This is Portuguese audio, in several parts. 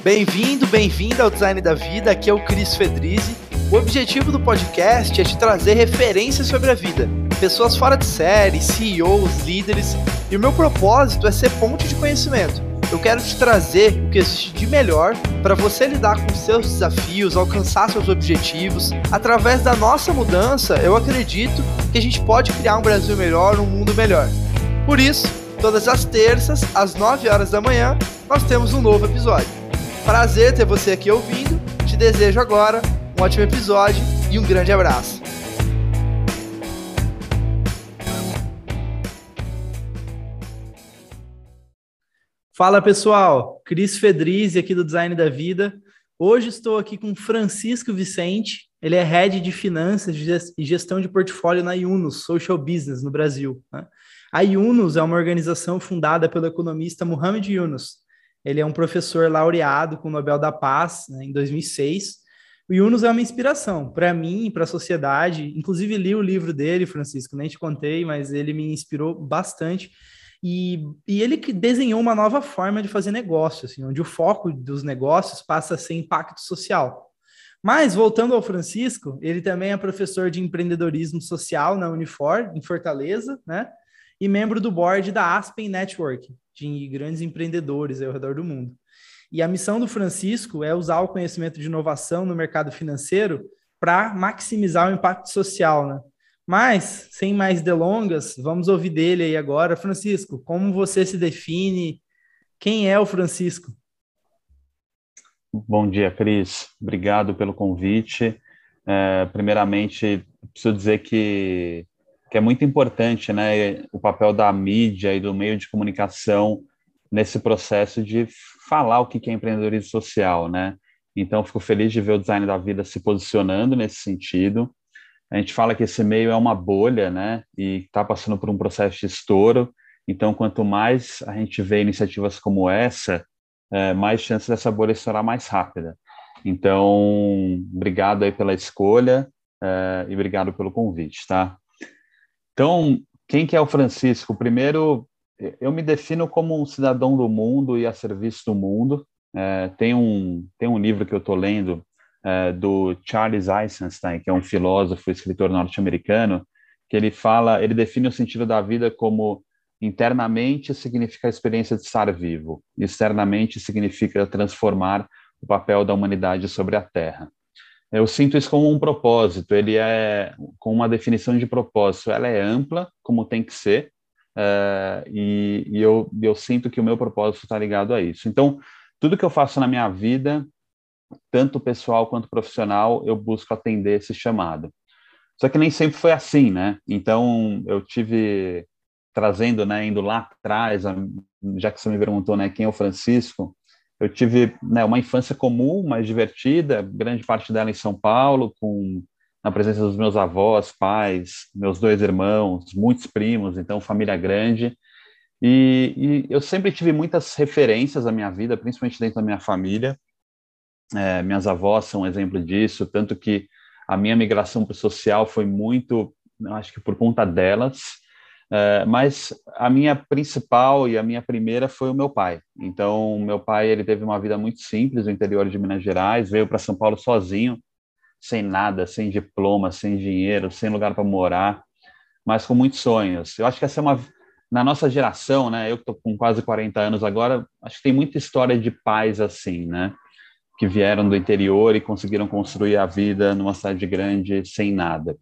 Bem-vindo, bem-vinda ao Design da Vida, aqui é o Cris Fedrizzi. O objetivo do podcast é te trazer referências sobre a vida, pessoas fora de série, CEOs, líderes, e o meu propósito é ser ponte de conhecimento. Eu quero te trazer o que existe de melhor para você lidar com seus desafios, alcançar seus objetivos. Através da nossa mudança, eu acredito que a gente pode criar um Brasil melhor, um mundo melhor. Por isso, todas as terças, às 9 horas da manhã, nós temos um novo episódio. Prazer ter você aqui ouvindo, te desejo agora um ótimo episódio e um grande abraço. Fala pessoal, Cris Fedrizzi aqui do Design da Vida. Hoje estou aqui com Francisco Vicente, ele é Head de Finanças e Gestão de Portfólio na Yunus Social Business no Brasil. A Yunus é uma organização fundada pelo economista Muhammad Yunus. Ele é um professor laureado com o Nobel da Paz, em 2006. O Yunus é uma inspiração para mim e para a sociedade. Inclusive, li o livro dele, Francisco, nem te contei, mas ele me inspirou bastante. E ele que desenhou uma nova forma de fazer negócio, assim, onde o foco dos negócios passa a ser impacto social. Mas, voltando ao Francisco, ele também é professor de empreendedorismo social na Unifor, em Fortaleza, né? E membro do board da Aspen Network, de grandes empreendedores ao redor do mundo. E a missão do Francisco é usar o conhecimento de inovação no mercado financeiro para maximizar o impacto social, né? Mas, sem mais delongas, vamos ouvir dele aí agora. Francisco, como você se define? Quem é o Francisco? Bom dia, Cris. Obrigado pelo convite. Primeiramente, preciso dizer que é muito importante, né, o papel da mídia e do meio de comunicação nesse processo de falar o que é empreendedorismo social, né? Então, fico feliz de ver o Design da Vida se posicionando nesse sentido. A gente fala que esse meio é uma bolha, né, e está passando por um processo de estouro. Então, quanto mais a gente vê iniciativas como essa, mais chances dessa bolha estourar mais rápida. Então, obrigado aí pela escolha e obrigado pelo convite, tá? Então, quem que é o Francisco? Primeiro, eu me defino como um cidadão do mundo e a serviço do mundo. Tem um livro que eu estou lendo do Charles Eisenstein, que é um filósofo e escritor norte-americano, que ele define o sentido da vida como internamente significa a experiência de estar vivo, externamente significa transformar o papel da humanidade sobre a Terra. Eu sinto isso como um propósito, ele é com uma definição de propósito, ela é ampla, como tem que ser, e eu sinto que o meu propósito está ligado a isso. Então, tudo que eu faço na minha vida, tanto pessoal quanto profissional, eu busco atender esse chamado. Só que nem sempre foi assim, né? Então, eu tive trazendo, né, indo lá atrás, já que você me perguntou, né, quem é o Francisco, eu tive, né, uma infância comum, mas divertida, grande parte dela em São Paulo, na presença dos meus avós, pais, meus 2 irmãos, muitos primos, então família grande. E eu sempre tive muitas referências na minha vida, principalmente dentro da minha família. Minhas avós são um exemplo disso, tanto que a minha migração para o social foi muito, acho que por conta delas. Mas a minha principal e a minha primeira foi o meu pai. Então, meu pai, ele teve uma vida muito simples no interior de Minas Gerais, veio para São Paulo sozinho, sem nada, sem diploma, sem dinheiro, sem lugar para morar, mas com muitos sonhos. Eu acho que essa é na nossa geração, né, eu que estou com quase 40 anos agora, acho que tem muita história de pais assim, né, que vieram do interior e conseguiram construir a vida numa cidade grande sem nada.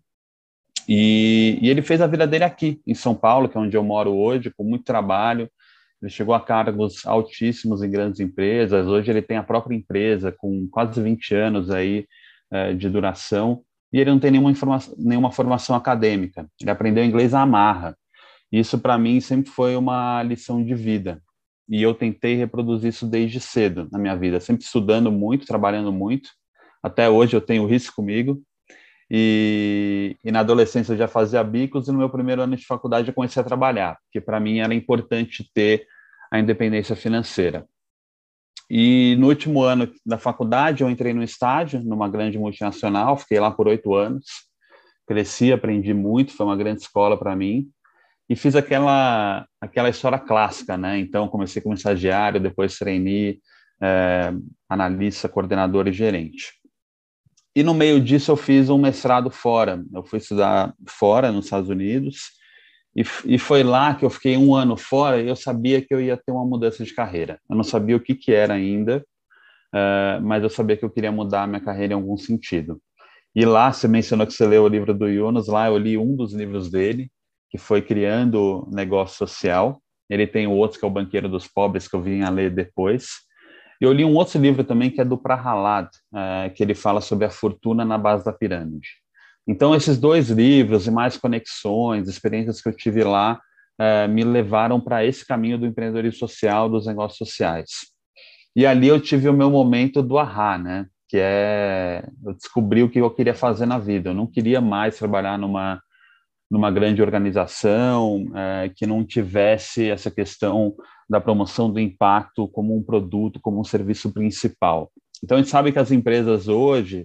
E ele fez a vida dele aqui, em São Paulo, que é onde eu moro hoje, com muito trabalho. Ele chegou a cargos altíssimos em grandes empresas. Hoje ele tem a própria empresa, com quase 20 anos aí, de duração. E ele não tem nenhuma formação acadêmica. Ele aprendeu inglês à marra. Isso, para mim, sempre foi uma lição de vida. E eu tentei reproduzir isso desde cedo na minha vida, sempre estudando muito, trabalhando muito. Até hoje eu tenho isso comigo. E na adolescência eu já fazia bicos e no meu primeiro ano de faculdade eu comecei a trabalhar, porque para mim era importante ter a independência financeira. E no último ano da faculdade eu entrei no estágio, numa grande multinacional, fiquei lá por 8 anos, cresci, aprendi muito, foi uma grande escola para mim, e fiz aquela história clássica, né? Então comecei como estagiário, depois trainee, analista, coordenador e gerente. E no meio disso eu fiz um mestrado fora. Eu fui estudar fora, nos Estados Unidos, e foi lá que eu fiquei um ano fora e eu sabia que eu ia ter uma mudança de carreira. Eu não sabia o que era ainda, mas eu sabia que eu queria mudar a minha carreira em algum sentido. E lá, você mencionou que você leu o livro do Yunus, lá eu li um dos livros dele, que foi Criando Negócio Social. Ele tem outros, que é O Banqueiro dos Pobres, que eu vim a ler depois. E eu li um outro livro também, que é do Prahalad, que ele fala sobre a fortuna na base da pirâmide. Então, esses dois livros e mais conexões, experiências que eu tive lá, me levaram para esse caminho do empreendedorismo social, dos negócios sociais. E ali eu tive o meu momento do ahá, né? Que eu descobri o que eu queria fazer na vida. Eu não queria mais trabalhar numa grande organização que não tivesse essa questão da promoção do impacto como um produto, como um serviço principal. Então, a gente sabe que as empresas hoje,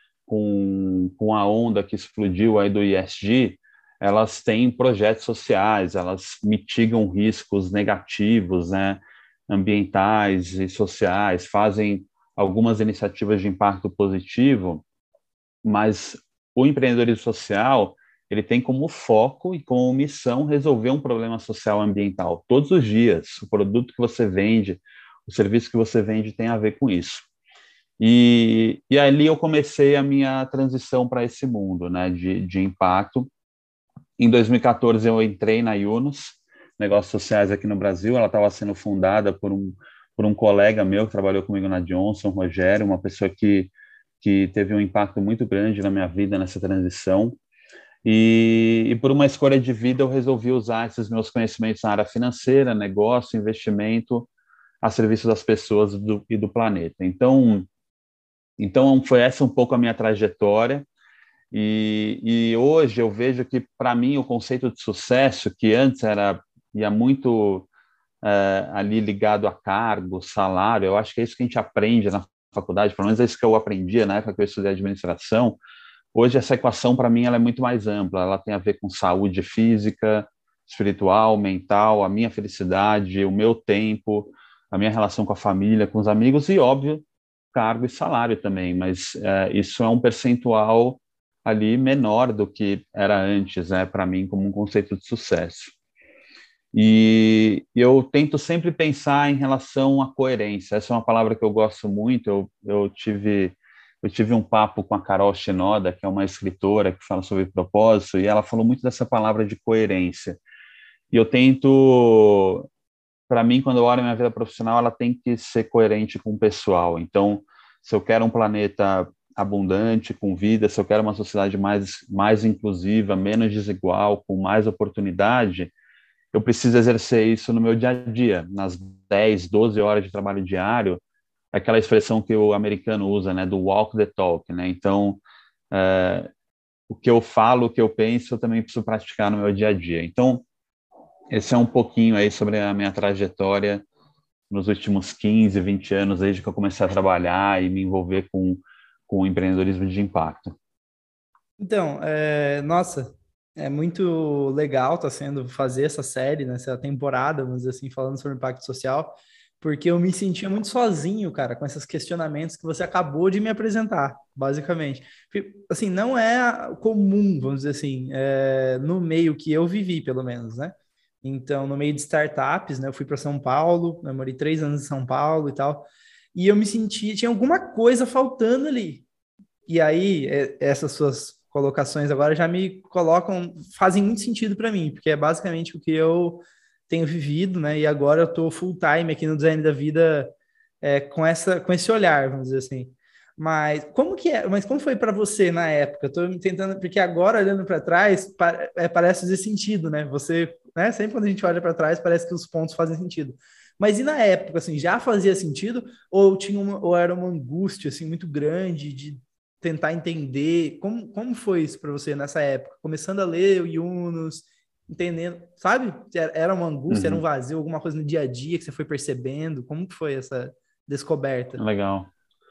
com a onda que explodiu aí do ESG, elas têm projetos sociais, elas mitigam riscos negativos, né, ambientais e sociais, fazem algumas iniciativas de impacto positivo, mas o empreendedorismo social, ele tem como foco e como missão resolver um problema social ambiental. Todos os dias, o produto que você vende, o serviço que você vende tem a ver com isso. E ali eu comecei a minha transição para esse mundo, né, de impacto. Em 2014 eu entrei na Yunus, Negócios Sociais aqui no Brasil. Ela estava sendo fundada por um colega meu que trabalhou comigo na Johnson, Rogério, uma pessoa que teve um impacto muito grande na minha vida nessa transição. E por uma escolha de vida eu resolvi usar esses meus conhecimentos na área financeira, negócio, investimento, a serviço das pessoas e do planeta. Então foi essa um pouco a minha trajetória. E hoje eu vejo que, para mim, o conceito de sucesso, que antes ia muito ali ligado a cargo, salário, eu acho que é isso que a gente aprende na faculdade, pelo menos é isso que eu aprendia na época que eu estudei administração. Hoje essa equação, para mim, ela é muito mais ampla, ela tem a ver com saúde física, espiritual, mental, a minha felicidade, o meu tempo, a minha relação com a família, com os amigos e, óbvio, cargo e salário também, mas isso é um percentual ali menor do que era antes, né, para mim, como um conceito de sucesso. E eu tento sempre pensar em relação à coerência. Essa é uma palavra que eu gosto muito. Eu tive um papo com a Carol Shinoda, que é uma escritora que fala sobre propósito, e ela falou muito dessa palavra de coerência. E eu tento, para mim, quando eu olho a minha vida profissional, ela tem que ser coerente com o pessoal. Então, se eu quero um planeta abundante, com vida, se eu quero uma sociedade mais inclusiva, menos desigual, com mais oportunidade, eu preciso exercer isso no meu dia a dia, nas 10, 12 horas de trabalho diário, aquela expressão que o americano usa, né, do walk the talk, né? Então, o que eu falo, o que eu penso, eu também preciso praticar no meu dia a dia. Então, esse é um pouquinho aí sobre a minha trajetória nos últimos 15, 20 anos, desde que eu comecei a trabalhar e me envolver com o empreendedorismo de impacto. Então, nossa, é muito legal tá sendo fazer essa série, né, essa temporada, vamos dizer assim, falando sobre impacto social, porque eu me sentia muito sozinho, cara, com esses questionamentos que você acabou de me apresentar, basicamente. Assim, não é comum, vamos dizer assim, no meio que eu vivi, pelo menos, né? Então, no meio de startups, né, eu fui para São Paulo, eu morei 3 anos em São Paulo e tal, e eu me sentia, tinha alguma coisa faltando ali. E aí, essas suas colocações agora já me colocam, fazem muito sentido para mim, porque é basicamente o que eu tenho vivido, né? E agora eu estou full time aqui no Design da Vida, com esse olhar, vamos dizer assim. Mas como foi para você na época? Estou tentando, porque agora olhando para trás, parece fazer sentido, né? Você, né? Sempre quando a gente olha para trás, parece que os pontos fazem sentido. Mas e na época, assim, já fazia sentido ou era uma angústia assim muito grande de tentar entender como foi isso para você nessa época? Começando a ler o Yunus, entendendo, sabe? Era uma angústia, era um Uhum. vazio, alguma coisa no dia a dia que você foi percebendo? Como que foi essa descoberta? Legal.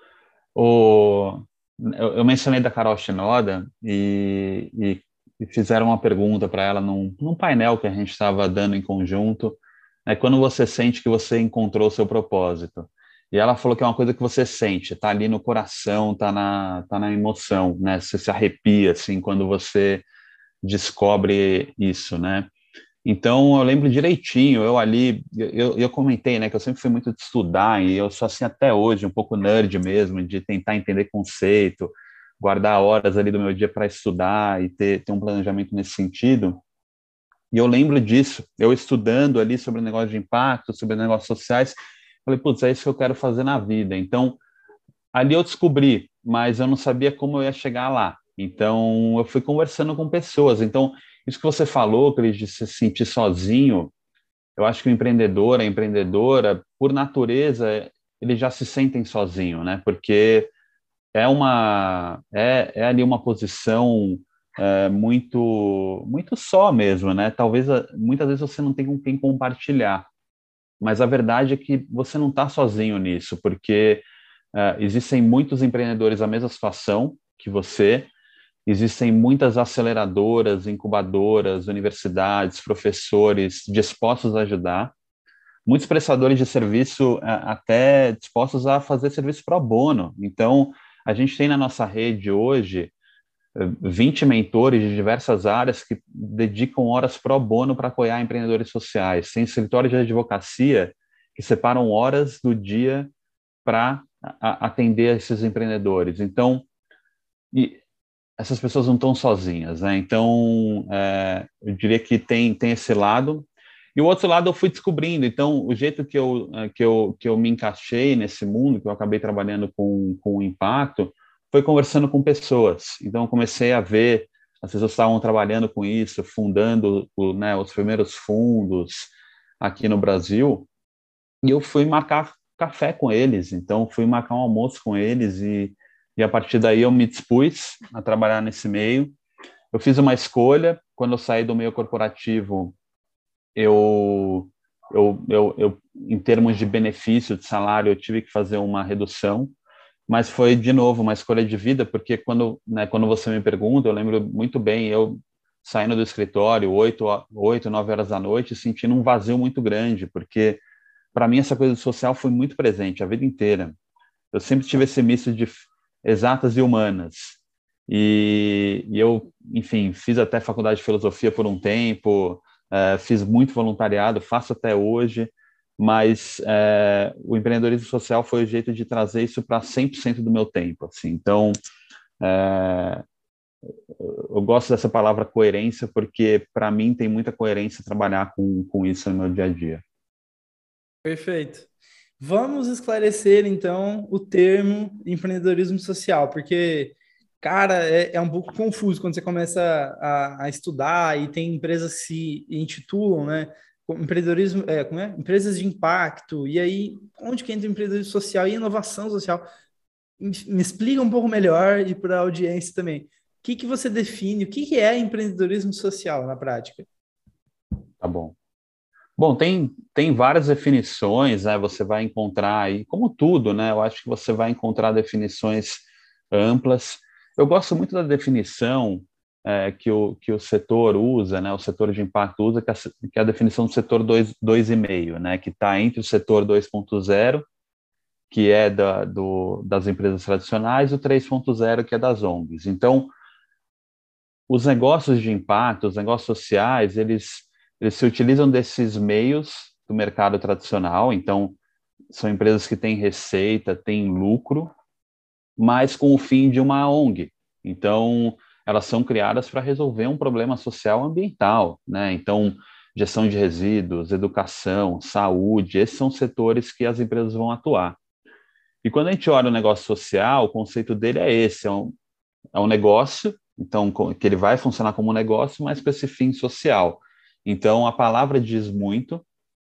Eu mencionei da Carol Shinoda e fizeram uma pergunta para ela num painel que a gente estava dando em conjunto. Quando você sente que você encontrou o seu propósito? E ela falou que é uma coisa que você sente, tá ali no coração, tá na emoção, né? Você se arrepia, assim, quando você descobre isso, né? Então, eu lembro direitinho, eu ali, eu comentei, né, que eu sempre fui muito de estudar, e eu sou assim até hoje, um pouco nerd mesmo, de tentar entender conceito, guardar horas ali do meu dia para estudar e ter um planejamento nesse sentido. E eu lembro disso, eu estudando ali sobre o negócio de impacto, sobre negócios sociais, falei, putz, é isso que eu quero fazer na vida. Então, ali eu descobri, mas eu não sabia como eu ia chegar lá. Então, eu fui conversando com pessoas. Então, isso que você falou, Cris, de se sentir sozinho, eu acho que o empreendedor, a empreendedora, por natureza, eles já se sentem sozinho, né? Porque é ali uma posição muito só mesmo, né? Talvez muitas vezes você não tem com quem compartilhar, mas a verdade é que você não está sozinho nisso, porque existem muitos empreendedores na mesma situação que você, existem muitas aceleradoras, incubadoras, universidades, professores dispostos a ajudar, muitos prestadores de serviço até dispostos a fazer serviço pro bono. Então, a gente tem na nossa rede hoje 20 mentores de diversas áreas que dedicam horas pro bono para apoiar empreendedores sociais. Tem escritórios de advocacia que separam horas do dia para atender esses empreendedores. Então, e essas pessoas não estão sozinhas, né? Então, eu diria que tem esse lado. E o outro lado eu fui descobrindo. Então, o jeito que eu me encaixei nesse mundo, que eu acabei trabalhando com impacto, foi conversando com pessoas. Então, eu comecei a ver, as pessoas estavam trabalhando com isso, fundando né, os primeiros fundos aqui no Brasil, e eu fui marcar café com eles. Então, fui marcar um almoço com eles e a partir daí eu me dispus a trabalhar nesse meio. Eu fiz uma escolha. Quando eu saí do meio corporativo, em termos de benefício, de salário, eu tive que fazer uma redução, mas foi, de novo, uma escolha de vida, porque quando você me pergunta, eu lembro muito bem, eu saindo do escritório, 9 horas da noite, sentindo um vazio muito grande, porque, para mim, essa coisa social foi muito presente a vida inteira. Eu sempre tive esse misto de exatas e humanas. E eu, enfim, fiz até faculdade de filosofia por um tempo, fiz muito voluntariado, faço até hoje, mas o empreendedorismo social foi o jeito de trazer isso para 100% do meu tempo. Assim. Então, é, eu gosto dessa palavra coerência, porque para mim tem muita coerência trabalhar com isso no meu dia a dia. Perfeito. Vamos esclarecer, então, o termo empreendedorismo social, porque, cara, é um pouco confuso quando você começa a estudar e tem empresas que se intitulam, né? Como empreendedorismo, como é? Empresas de impacto, e aí, onde que entra o empreendedorismo social e inovação social? Me explica um pouco melhor e para a audiência também. O que que você define, o que que é empreendedorismo social na prática? Tá bom. Bom, tem várias definições, né? Você vai encontrar aí, como tudo, né? Eu acho que você vai encontrar definições amplas. Eu gosto muito da definição que o setor usa, né? O setor de impacto usa, que é a definição do setor 2,5, né? Que está entre o setor 2.0, que é das empresas tradicionais, e o 3.0, que é das ONGs. Então, os negócios de impacto, os negócios sociais, eles se utilizam desses meios do mercado tradicional, então são empresas que têm receita, têm lucro, mas com o fim de uma ONG. Então, elas são criadas para resolver um problema social ambiental, né? Então, gestão de resíduos, educação, saúde, esses são setores que as empresas vão atuar. E quando a gente olha o negócio social, o conceito dele é esse, é um negócio, então que ele vai funcionar como um negócio, mas com esse fim social. Então a palavra diz muito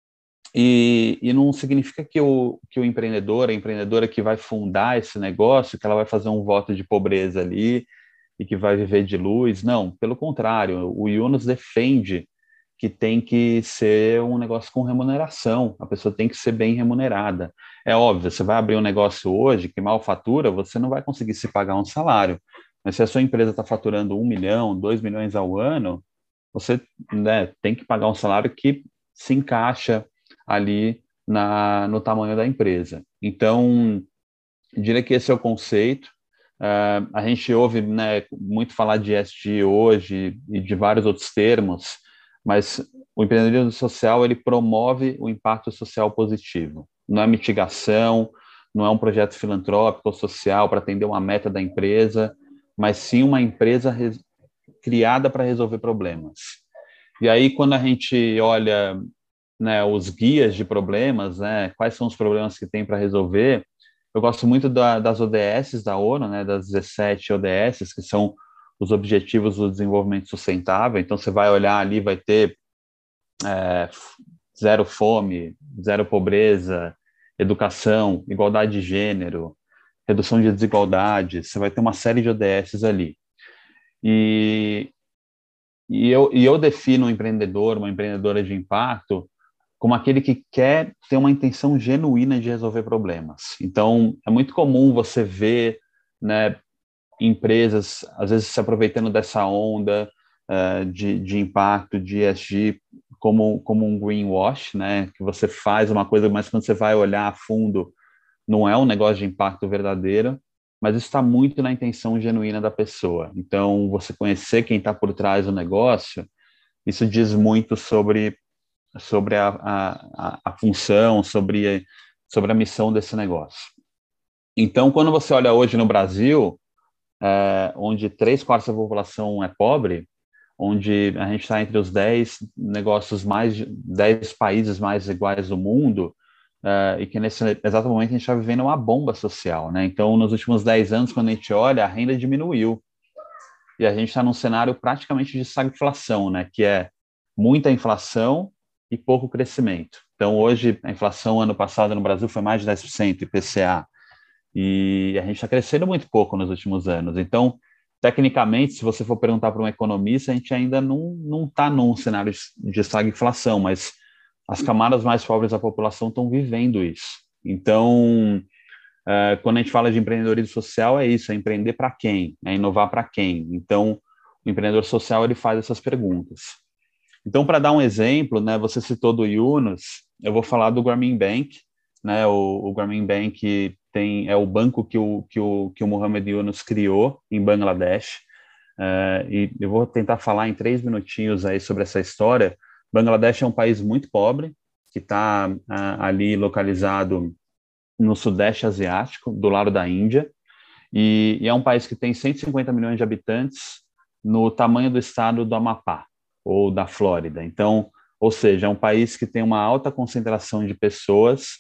e não significa que o empreendedor, a empreendedora que vai fundar esse negócio, que ela vai fazer um voto de pobreza ali e que vai viver de luz. Não, pelo contrário, o Yunus defende que tem que ser um negócio com remuneração, a pessoa tem que ser bem remunerada. É óbvio, você vai abrir um negócio hoje que mal fatura, você não vai conseguir se pagar um salário. Mas se a sua empresa está faturando 1 milhão, 2 milhões ao ano, você, né, tem que pagar um salário que se encaixa ali no tamanho da empresa. Então, eu diria que esse é o conceito. A gente ouve, né, muito falar de ESG hoje e de vários outros termos, mas o empreendedorismo social ele promove o impacto social positivo. Não é mitigação, não é um projeto filantrópico ou social para atender uma meta da empresa, mas sim uma empresa criada para resolver problemas. E aí, quando a gente olha, né, os guias de problemas, né, quais são os problemas que tem para resolver, eu gosto muito das ODS da ONU, né, das 17 ODS, que são os Objetivos do Desenvolvimento Sustentável. Então, você vai olhar ali, vai ter é, zero fome, zero pobreza, educação, igualdade de gênero, redução de desigualdades, você vai ter uma série de ODS ali. E, eu defino um empreendedor, uma empreendedora de impacto, como aquele que quer ter uma intenção genuína de resolver problemas. Então, é muito comum você ver, né, empresas, às vezes, se aproveitando dessa onda de impacto, de ESG, como um greenwash, né, que você faz uma coisa, mas quando você vai olhar a fundo, não é um negócio de impacto verdadeiro, mas isso está muito na intenção genuína da pessoa. Então, você conhecer quem está por trás do negócio, isso diz muito sobre a função, sobre a missão desse negócio. Então, quando você olha hoje no Brasil, onde 3/4 da população é pobre, onde a gente está entre os 10 negócios 10 países mais iguais do mundo, e que nesse exato momento a gente está vivendo uma bomba social, né? Então, nos últimos 10 anos, quando a gente olha, a renda diminuiu. E a gente está num cenário praticamente de estagflação, né? Que é muita inflação e pouco crescimento. Então, hoje, a inflação ano passado no Brasil foi mais de 10%, IPCA, e a gente está crescendo muito pouco nos últimos anos. Então, tecnicamente, se você for perguntar para um economista, a gente ainda não está num cenário de estagflação, mas as camadas mais pobres da população estão vivendo isso. Então, quando a gente fala de empreendedorismo social, é isso, é empreender para quem? É inovar para quem? Então, o empreendedor social, ele faz essas perguntas. Então, para dar um exemplo, né, você citou do Yunus, eu vou falar do Grameen Bank, né, o Grameen Bank é o banco que o Mohamed Yunus criou em Bangladesh, e eu vou tentar falar em 3 minutinhos aí sobre essa história. Bangladesh é um país muito pobre, que está ali localizado no Sudeste Asiático, do lado da Índia, e é um país que tem 150 milhões de habitantes no tamanho do estado do Amapá, ou da Flórida. Então, ou seja, é um país que tem uma alta concentração de pessoas,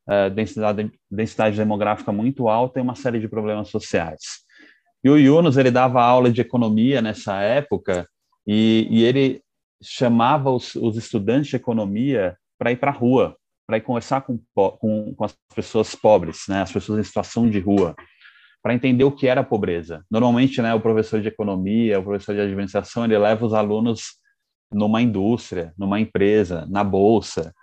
densidade demográfica muito alta e uma série de problemas sociais. E o Yunus, ele dava aula de economia nessa época, e ele chamava os estudantes de economia para ir para a rua, para ir conversar com as pessoas pobres, né, as pessoas em situação de rua, para entender o que era a pobreza. Normalmente, né, o professor de economia, o professor de administração, ele leva os alunos numa indústria, numa empresa, na bolsa.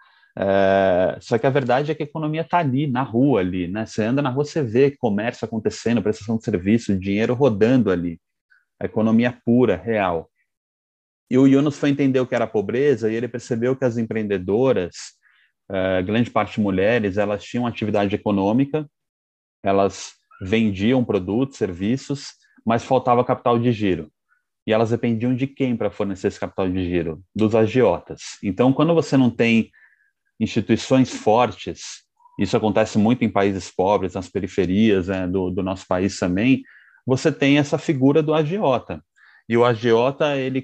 Só que a verdade é que a economia está ali, na rua ali, né? Você anda na rua, você vê comércio acontecendo, prestação de serviço, dinheiro rodando ali. A economia pura, real. E o Yunus foi entender o que era a pobreza e ele percebeu que as empreendedoras, grande parte mulheres, elas tinham atividade econômica, elas vendiam produtos, serviços, mas faltava capital de giro. E elas dependiam de quem para fornecer esse capital de giro? Dos agiotas. Então, quando você não tem instituições fortes, isso acontece muito em países pobres, nas periferias, né, do nosso país também, você tem essa figura do agiota. E o agiota, ele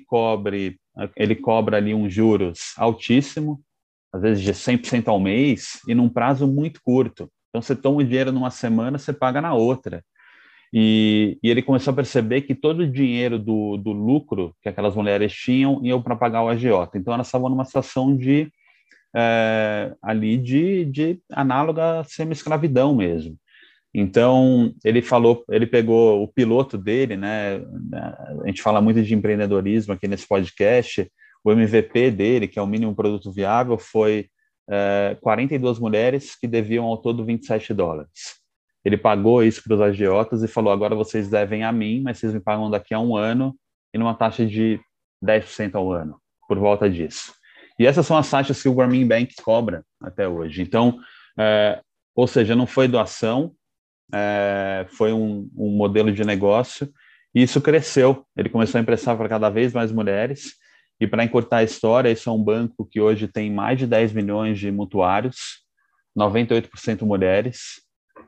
cobra ali uns juros altíssimo, às vezes de 100% ao mês, e num prazo muito curto. Então, você toma o dinheiro numa semana, você paga na outra. E ele começou a perceber que todo o dinheiro do lucro que aquelas mulheres tinham iam para pagar o agiota. Então, elas estavam numa situação ali de análoga à semi-escravidão mesmo. Então, ele pegou o piloto dele, né? A gente fala muito de empreendedorismo aqui nesse podcast. O MVP dele, que é o mínimo produto viável, foi 42 mulheres que deviam ao todo $27. Ele pagou isso para os agiotas e falou: agora vocês devem a mim, mas vocês me pagam daqui a um ano e numa taxa de 10% ao ano, por volta disso. E essas são as taxas que o Grameen Bank cobra até hoje. Então, ou seja, não foi doação, foi um modelo de negócio, e isso cresceu. Ele começou a emprestar para cada vez mais mulheres, e para encurtar a história, isso é um banco que hoje tem mais de 10 milhões de mutuários, 98% mulheres,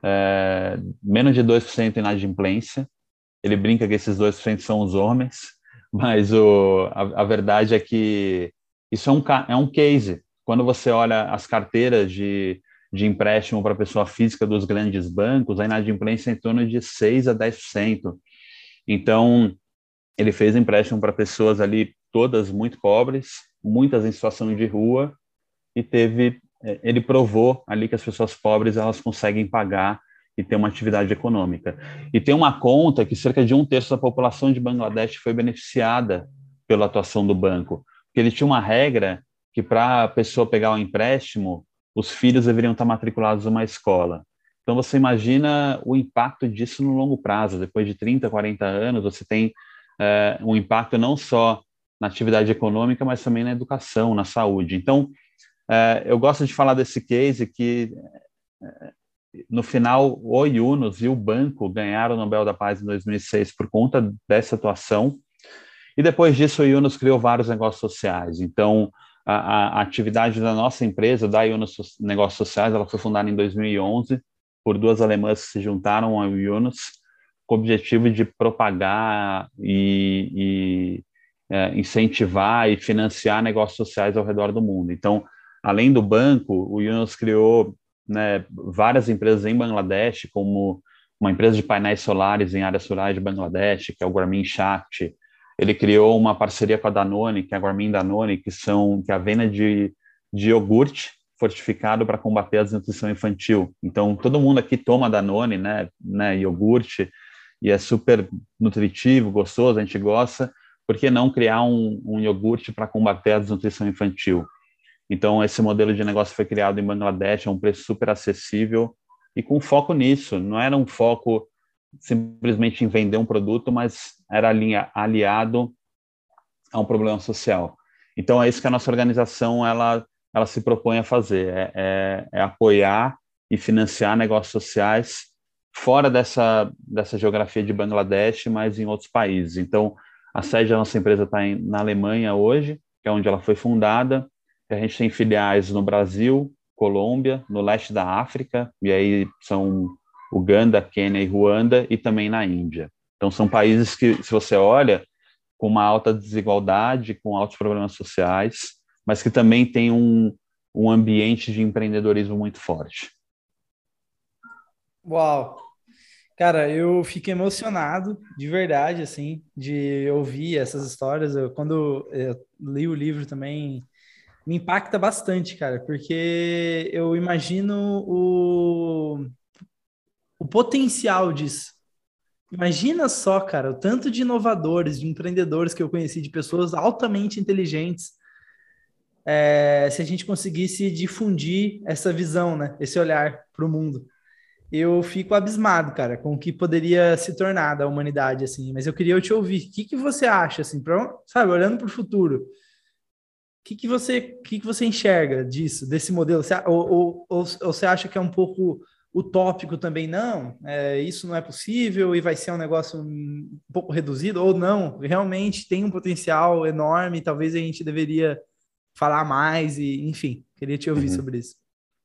menos de 2% inadimplência. Ele brinca que esses 2% são os homens, mas a verdade é que isso é um case. Quando você olha as carteiras de empréstimo para pessoa física dos grandes bancos, a inadimplência é em torno de 6 a 10%. Então, ele fez empréstimo para pessoas ali todas muito pobres, muitas em situação de rua, e ele provou ali que as pessoas pobres elas conseguem pagar e ter uma atividade econômica. E tem uma conta que cerca de 1/3 da população de Bangladesh foi beneficiada pela atuação do banco, porque ele tinha uma regra que para a pessoa pegar um empréstimo, os filhos deveriam estar matriculados numa escola. Então você imagina o impacto disso no longo prazo. Depois de 30, 40 anos, você tem um impacto não só na atividade econômica, mas também na educação, na saúde. Então, eu gosto de falar desse case que, no final, o Yunus e o banco ganharam o Nobel da Paz em 2006 por conta dessa atuação. E depois disso, o Yunus criou vários negócios sociais. Então, a atividade da nossa empresa, da Yunus Negócios Sociais, ela foi fundada em 2011 por duas alemãs que se juntaram ao Yunus com o objetivo de propagar e incentivar e financiar negócios sociais ao redor do mundo. Então, além do banco, o Yunus criou, né, várias empresas em Bangladesh, como uma empresa de painéis solares em áreas rurais de Bangladesh, que é o Grameen Shakti. Ele criou uma parceria com a Danone, que é a Grameen Danone, que é a venda de iogurte fortificado para combater a desnutrição infantil. Então, todo mundo aqui toma Danone, né, iogurte, e é super nutritivo, gostoso, a gente gosta. Por que não criar um iogurte para combater a desnutrição infantil? Então, esse modelo de negócio foi criado em Bangladesh, a um preço super acessível e com foco nisso. Não era um foco simplesmente em vender um produto, mas era aliado a um problema social. Então, é isso que a nossa organização ela se propõe a fazer, é apoiar e financiar negócios sociais fora dessa geografia de Bangladesh, mas em outros países. Então, a sede da nossa empresa está na Alemanha hoje, que é onde ela foi fundada. A gente tem filiais no Brasil, Colômbia, no leste da África, e aí são Uganda, Quênia e Ruanda, e também na Índia. Então, são países que, se você olha, com uma alta desigualdade, com altos problemas sociais, mas que também tem um ambiente de empreendedorismo muito forte. Uau! Cara, eu fiquei emocionado, de verdade, assim, de ouvir essas histórias. Quando eu li o livro também, me impacta bastante, cara, porque eu imagino o potencial disso. Imagina só, cara, o tanto de inovadores, de empreendedores que eu conheci, de pessoas altamente inteligentes, se a gente conseguisse difundir essa visão, né, esse olhar para o mundo. Eu fico abismado, cara, com o que poderia se tornar da humanidade, assim. Mas eu queria te ouvir. O que que você acha, assim, sabe, olhando para o futuro? O que que você enxerga disso, desse modelo? Ou você acha que é um pouco utópico também? Não, isso não é possível e vai ser um negócio um pouco reduzido? Ou não, realmente tem um potencial enorme, talvez a gente deveria falar mais e, enfim, queria te ouvir sobre isso.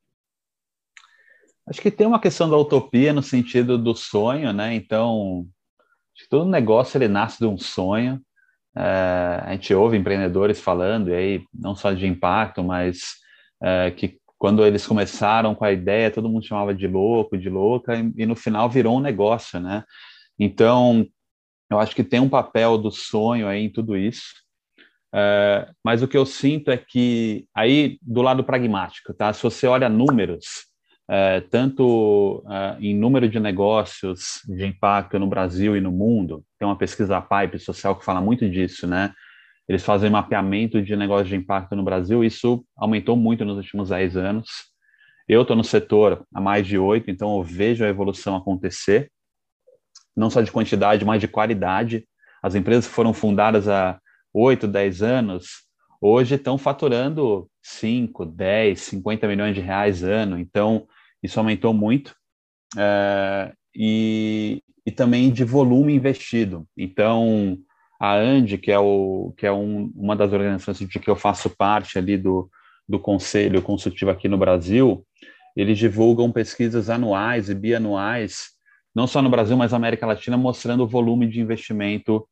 Acho que tem uma questão da utopia no sentido do sonho, né? Então, acho que todo negócio ele nasce de um sonho. A gente ouve empreendedores falando, e aí não só de impacto, mas que quando eles começaram com a ideia, todo mundo chamava de louco, de louca, e no final virou um negócio, né? Então, eu acho que tem um papel do sonho aí em tudo isso. Mas o que eu sinto é que, aí, do lado pragmático, tá? Se você olha números, tanto em número de negócios de impacto no Brasil e no mundo, tem uma pesquisa Pipe Social que fala muito disso, né? Eles fazem mapeamento de negócios de impacto no Brasil, e isso aumentou muito nos últimos 10 anos. Eu estou no setor há mais de 8, então eu vejo a evolução acontecer, não só de quantidade, mas de qualidade. As empresas que foram fundadas há 8, 10 anos, hoje estão faturando 5, 10, 50 milhões de reais ano. Então, isso aumentou muito, e também de volume investido. Então, a ANDE, uma das organizações de que eu faço parte ali do Conselho Consultivo aqui no Brasil, eles divulgam pesquisas anuais e bianuais, não só no Brasil, mas na América Latina, mostrando o volume de investimento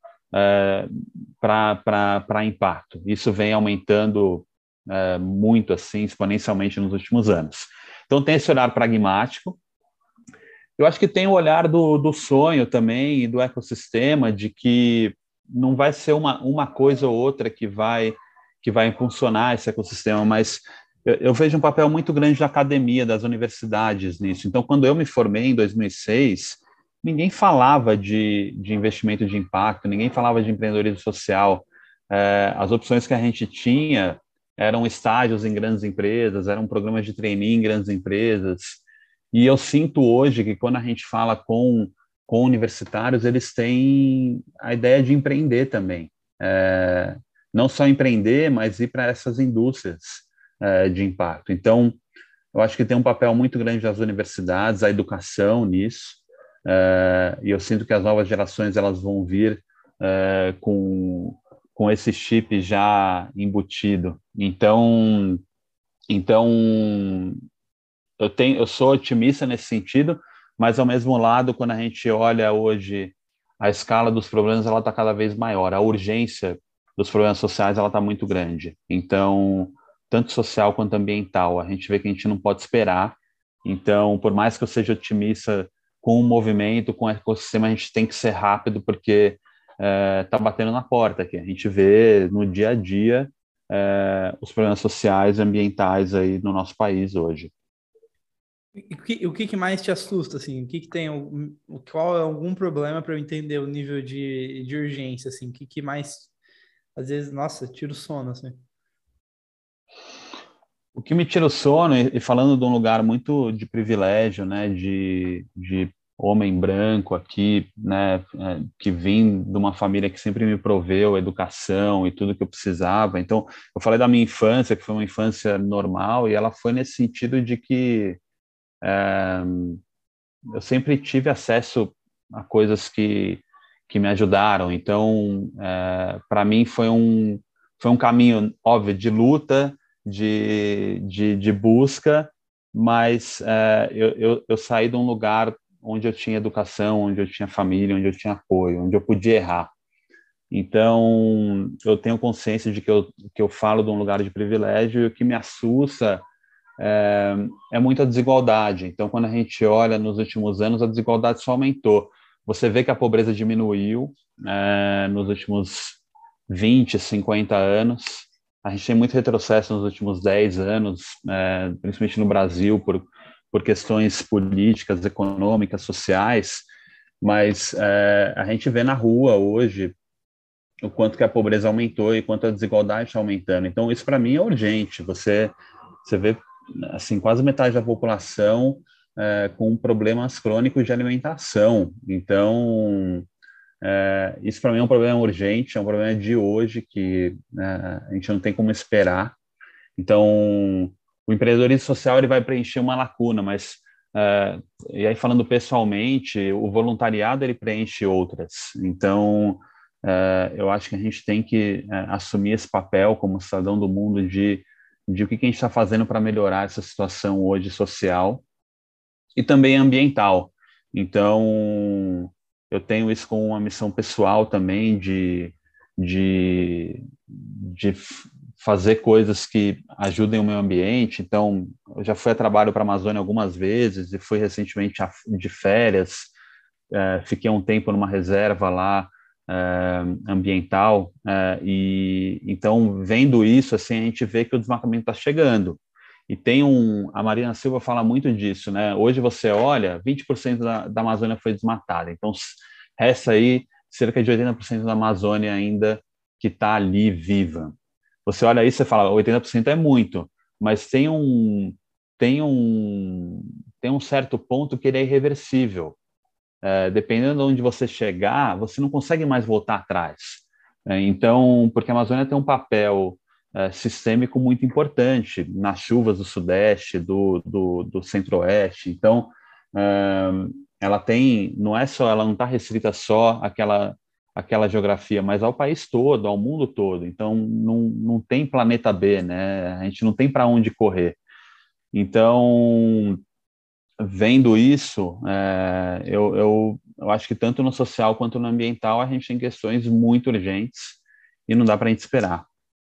para impacto. Isso vem aumentando muito, assim, exponencialmente nos últimos anos. Então, tem esse olhar pragmático. Eu acho que tem o olhar do sonho também e do ecossistema, de que não vai ser uma coisa ou outra que vai impulsionar esse ecossistema, mas eu vejo um papel muito grande da academia, das universidades nisso. Então, quando eu me formei em 2006, ninguém falava de investimento de impacto, ninguém falava de empreendedorismo social. As opções que a gente tinha eram estágios em grandes empresas, eram programas de trainee em grandes empresas. E eu sinto hoje que quando a gente fala com universitários, eles têm a ideia de empreender também. Não só empreender, mas ir para essas indústrias de impacto. Então, eu acho que tem um papel muito grande das universidades, a educação nisso, e eu sinto que as novas gerações elas vão vir com esse chip já embutido. Então eu sou otimista nesse sentido, mas ao mesmo lado, quando a gente olha hoje a escala dos problemas, ela está cada vez maior. A urgência dos problemas sociais ela está muito grande. Então, tanto social quanto ambiental, a gente vê que a gente não pode esperar. Então, por mais que eu seja otimista com o movimento, com o ecossistema, a gente tem que ser rápido porque está batendo na porta aqui. A gente vê no dia a dia os problemas sociais e ambientais aí no nosso país hoje. O que mais te assusta, assim? O que tem, qual é algum problema para eu entender o nível de urgência, assim? O que mais, às vezes, nossa, tira o sono, assim? O que me tira o sono, e falando de um lugar muito de privilégio, né, de homem branco aqui, né, que vim de uma família que sempre me proveu educação e tudo que eu precisava. Então, eu falei da minha infância, que foi uma infância normal, e ela foi nesse sentido de que eu sempre tive acesso a coisas que me ajudaram. Então, para mim foi um caminho óbvio de luta, de busca, mas eu saí de um lugar onde eu tinha educação, onde eu tinha família, onde eu tinha apoio, onde eu podia errar. Então, eu tenho consciência de que eu falo de um lugar de privilégio, e o que me assusta é muita desigualdade. Então, quando a gente olha nos últimos anos, a desigualdade só aumentou. Você vê que a pobreza diminuiu nos últimos 20, 50 anos. A gente tem muito retrocesso nos últimos 10 anos, principalmente no Brasil, por questões políticas, econômicas, sociais, mas a gente vê na rua hoje o quanto que a pobreza aumentou e quanto a desigualdade está aumentando. Então, isso para mim é urgente. Você vê assim, quase metade da população com problemas crônicos de alimentação. Então, isso para mim é um problema urgente, é um problema de hoje que a gente não tem como esperar. Então, o empreendedorismo social ele vai preencher uma lacuna, mas e aí falando pessoalmente, o voluntariado ele preenche outras. Então, eu acho que a gente tem que assumir esse papel como cidadão do mundo de o que a gente está fazendo para melhorar essa situação hoje social e também ambiental. Então, eu tenho isso como uma missão pessoal também de fazer coisas que ajudem o meio ambiente. Então, eu já fui a trabalho para a Amazônia algumas vezes e fui recentemente de férias. Fiquei um tempo numa reserva lá ambiental, e então vendo isso assim a gente vê que o desmatamento está chegando e a Marina Silva fala muito disso, né? Hoje você olha 20% da Amazônia foi desmatada, então resta aí cerca de 80% da Amazônia ainda que está ali viva. Você olha isso e fala 80% é muito, mas tem um tem um certo ponto que ele é irreversível. Dependendo de onde você chegar, você não consegue mais voltar atrás. Então, porque a Amazônia tem um papel sistêmico muito importante nas chuvas do Sudeste, do Centro-Oeste. Então, ela tem, não é só, ela não está restrita só àquela geografia, mas ao país todo, ao mundo todo. Então, não tem planeta B, né? A gente não tem para onde correr. Então, vendo isso, eu acho que tanto no social quanto no ambiental a gente tem questões muito urgentes e não dá para a gente esperar.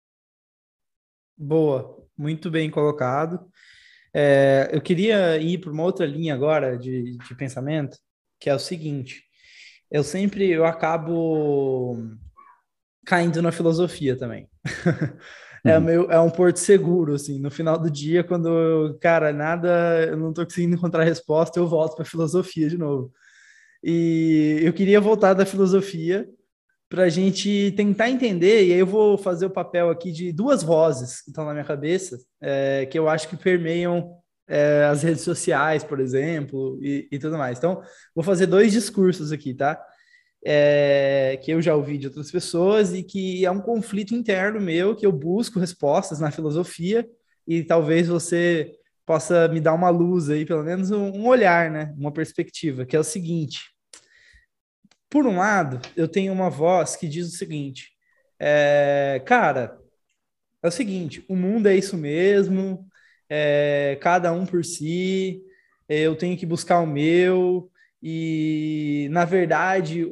Boa, muito bem colocado. Eu queria ir para uma outra linha agora de pensamento, que é o seguinte: eu acabo caindo na filosofia também. É um porto seguro, assim, no final do dia, quando, cara, eu não tô conseguindo encontrar resposta, eu volto para filosofia de novo. E eu queria voltar da filosofia para a gente tentar entender, e aí eu vou fazer o papel aqui de duas vozes que estão na minha cabeça, que eu acho que permeiam as redes sociais, por exemplo, e tudo mais. Então, vou fazer dois discursos aqui, tá? Que eu já ouvi de outras pessoas e que é um conflito interno meu, que eu busco respostas na filosofia, e talvez você possa me dar uma luz aí, pelo menos um olhar, né? Uma perspectiva, que é o seguinte: por um lado, eu tenho uma voz que diz o seguinte: cara, é o seguinte, o mundo é isso mesmo, cada um por si, eu tenho que buscar o meu, e na verdade,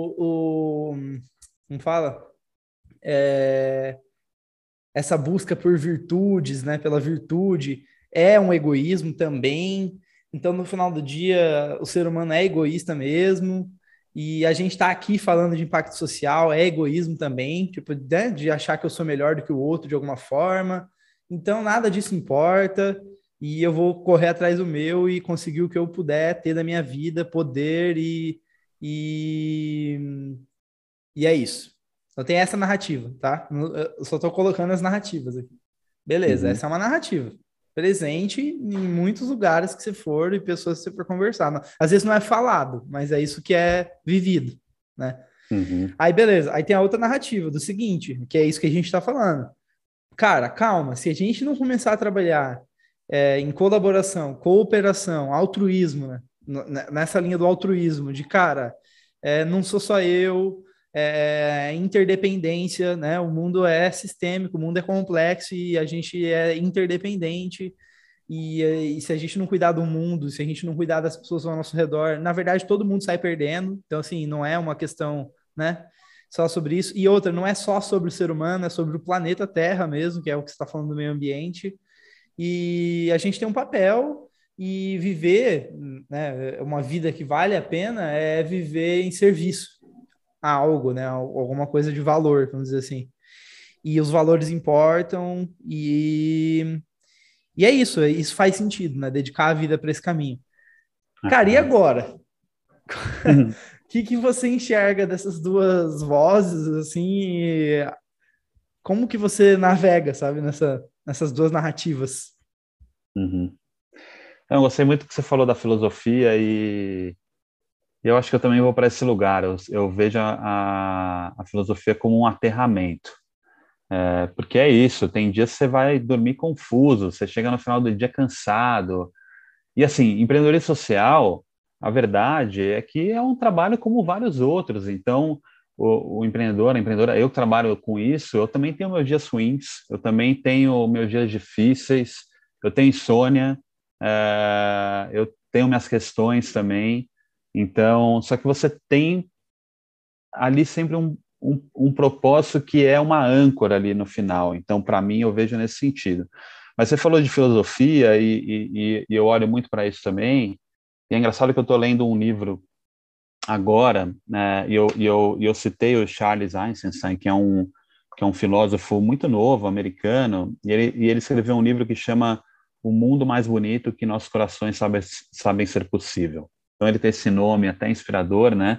como fala? Essa busca por virtudes, né, pela virtude, é um egoísmo também. Então, no final do dia, o ser humano é egoísta mesmo. E a gente está aqui falando de impacto social, é egoísmo também, tipo, né, de achar que eu sou melhor do que o outro de alguma forma. Então, nada disso importa. E eu vou correr atrás do meu e conseguir o que eu puder ter da minha vida, poder e, e é isso. Então tem essa narrativa, tá? Eu só estou colocando as narrativas aqui. Beleza, Uhum, essa é uma narrativa. Presente em muitos lugares que você for e pessoas que você for conversar. Às vezes não é falado, mas é isso que é vivido, né? uhum, Aí, beleza. Aí tem a outra narrativa do seguinte, que é isso que a gente está falando. Cara, calma. Se a gente não começar a trabalhar em colaboração, cooperação, altruísmo, né? Nessa linha do altruísmo, de cara, não sou só eu, interdependência, né? O mundo é sistêmico, o mundo é complexo e a gente é interdependente. E se a gente não cuidar do mundo, se a gente não cuidar das pessoas ao nosso redor, na verdade todo mundo sai perdendo. Então, assim, não é uma questão, né? Só sobre isso. E outra, não é só sobre o ser humano, é sobre o planeta Terra mesmo, que é o que você está falando do meio ambiente. E a gente tem um papel e viver, né, uma vida que vale a pena é viver em serviço a algo, né, alguma coisa de valor, vamos dizer assim. E os valores importam e é isso faz sentido, né, dedicar a vida para esse caminho. Cara, e aham. agora? Uhum, O que você enxerga dessas duas vozes, assim, como que você navega, sabe, nessas duas narrativas? uhum. Eu gostei muito que você falou da filosofia e eu acho que eu também vou para esse lugar. Eu vejo a filosofia como um aterramento. Porque é isso, tem dias que você vai dormir confuso, você chega no final do dia cansado. E assim, empreendedorismo social, a verdade é que é um trabalho como vários outros. Então, o empreendedor, a empreendedora, eu que trabalho com isso, eu também tenho meus dias ruins, eu também tenho meus dias difíceis, eu tenho insônia, eu tenho minhas questões também. Então, só que você tem ali sempre um propósito que é uma âncora ali no final. Então, para mim, eu vejo nesse sentido. Mas você falou de filosofia e eu olho muito para isso também. E é engraçado que eu estou lendo um livro agora, né, e eu citei o Charles Eisenstein, que é um filósofo muito novo, americano, e ele escreveu um livro que chama O Mundo Mais Bonito que Nossos Corações Sabem Ser Possível. Então ele tem esse nome até inspirador, né?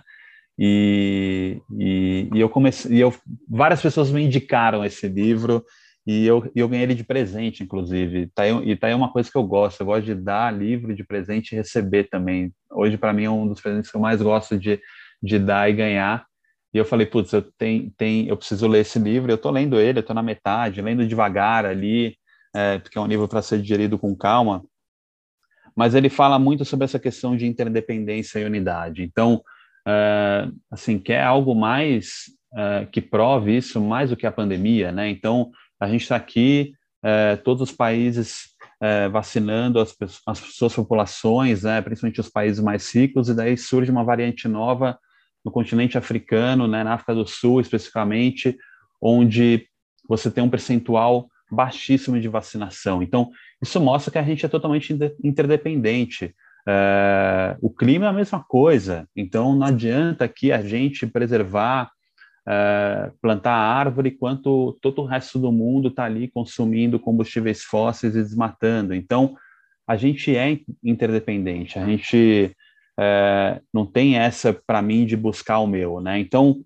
E eu comecei, várias pessoas me indicaram esse livro e eu ganhei ele de presente, inclusive. Tá aí uma coisa que eu gosto. Eu gosto de dar livro de presente e receber também. Hoje, para mim, é um dos presentes que eu mais gosto de dar e ganhar. E eu falei, putz, eu preciso ler esse livro, eu estou lendo ele, eu estou na metade, lendo devagar ali, porque é um livro para ser digerido com calma, mas ele fala muito sobre essa questão de interdependência e unidade. Então, assim, quer algo mais que prove isso mais do que a pandemia, né? Então, a gente está aqui, todos os países vacinando as suas populações, né? Principalmente os países mais ricos, e daí surge uma variante nova no continente africano, né? Na África do Sul, especificamente, onde você tem um percentual baixíssimo de vacinação. Então, isso mostra que a gente é totalmente interdependente. O clima é a mesma coisa, então não adianta aqui a gente preservar, plantar árvore, enquanto todo o resto do mundo está ali consumindo combustíveis fósseis e desmatando. Então, a gente é interdependente, a gente não tem essa, para mim, de buscar o meu, né? Então,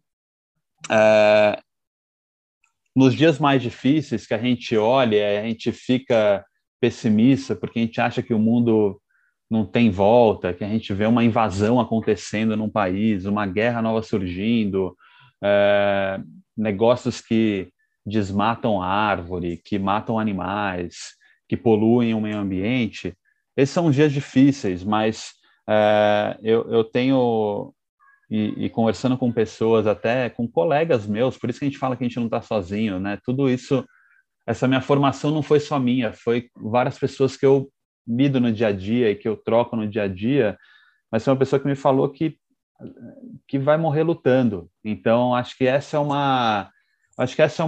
nos dias mais difíceis que a gente olha, a gente fica pessimista, porque a gente acha que o mundo não tem volta, que a gente vê uma invasão acontecendo num país, uma guerra nova surgindo, é, negócios que desmatam árvore, que matam animais, que poluem o meio ambiente. Esses são dias difíceis, mas eu tenho e conversando com pessoas, até com colegas meus, por isso que a gente fala que a gente não está sozinho, né? Tudo isso, essa minha formação não foi só minha, foi várias pessoas que eu lido no dia a dia e que eu troco no dia a dia, mas foi uma pessoa que me falou que vai morrer lutando. Então, acho que essa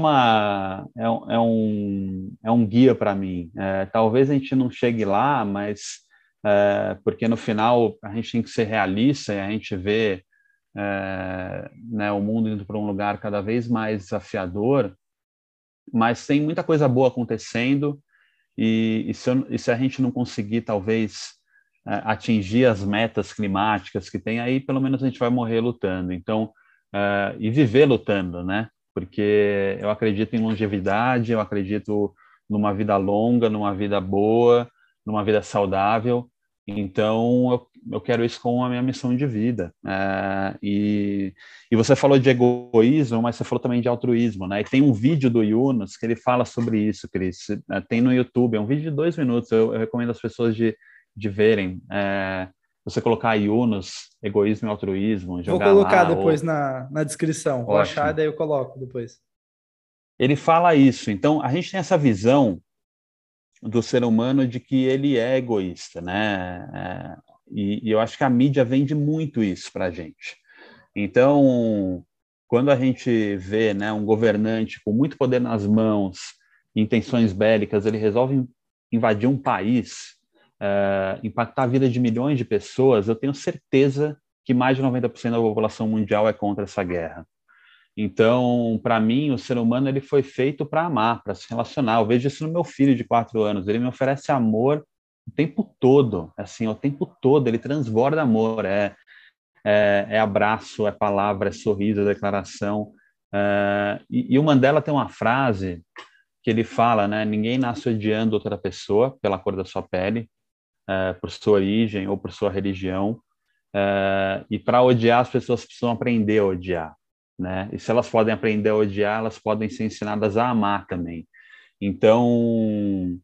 é um guia para mim. Talvez a gente não chegue lá, mas porque no final a gente tem que ser realista e a gente vê né, o mundo indo para um lugar cada vez mais desafiador, mas tem muita coisa boa acontecendo e se a gente não conseguir, talvez, atingir as metas climáticas que tem, aí pelo menos a gente vai morrer lutando. Então, e viver lutando, né? Porque eu acredito em longevidade, eu acredito numa vida longa, numa vida boa, numa vida saudável. Então, eu quero isso como a minha missão de vida. E você falou de egoísmo, mas você falou também de altruísmo, né? E tem um vídeo do Yunus que ele fala sobre isso, Cris. Tem no YouTube, é um vídeo de 2 minutos. Eu recomendo as pessoas de verem. Você colocar Yunus, egoísmo e altruísmo, Vou jogar colocar lá, depois ou na descrição. Vou achar, ótimo. daí eu coloco depois. Ele fala isso. Então, a gente tem essa visão do ser humano de que ele é egoísta, né? E eu acho que a mídia vende muito isso para a gente. Então, quando a gente vê, né, um governante com muito poder nas mãos, intenções bélicas, ele resolve invadir um país, impactar a vida de milhões de pessoas, eu tenho certeza que mais de 90% da população mundial é contra essa guerra. Então, para mim, o ser humano ele foi feito para amar, para se relacionar. Eu vejo isso no meu filho de 4 anos. Ele me oferece amor o tempo todo, assim, o tempo todo. Ele transborda amor. É abraço, é palavra, é sorriso, é declaração. E o Mandela tem uma frase que ele fala, né? Ninguém nasce odiando outra pessoa pela cor da sua pele, por sua origem ou por sua religião. E para odiar, as pessoas precisam aprender a odiar, né? E se elas podem aprender a odiar, elas podem ser ensinadas a amar também. Então,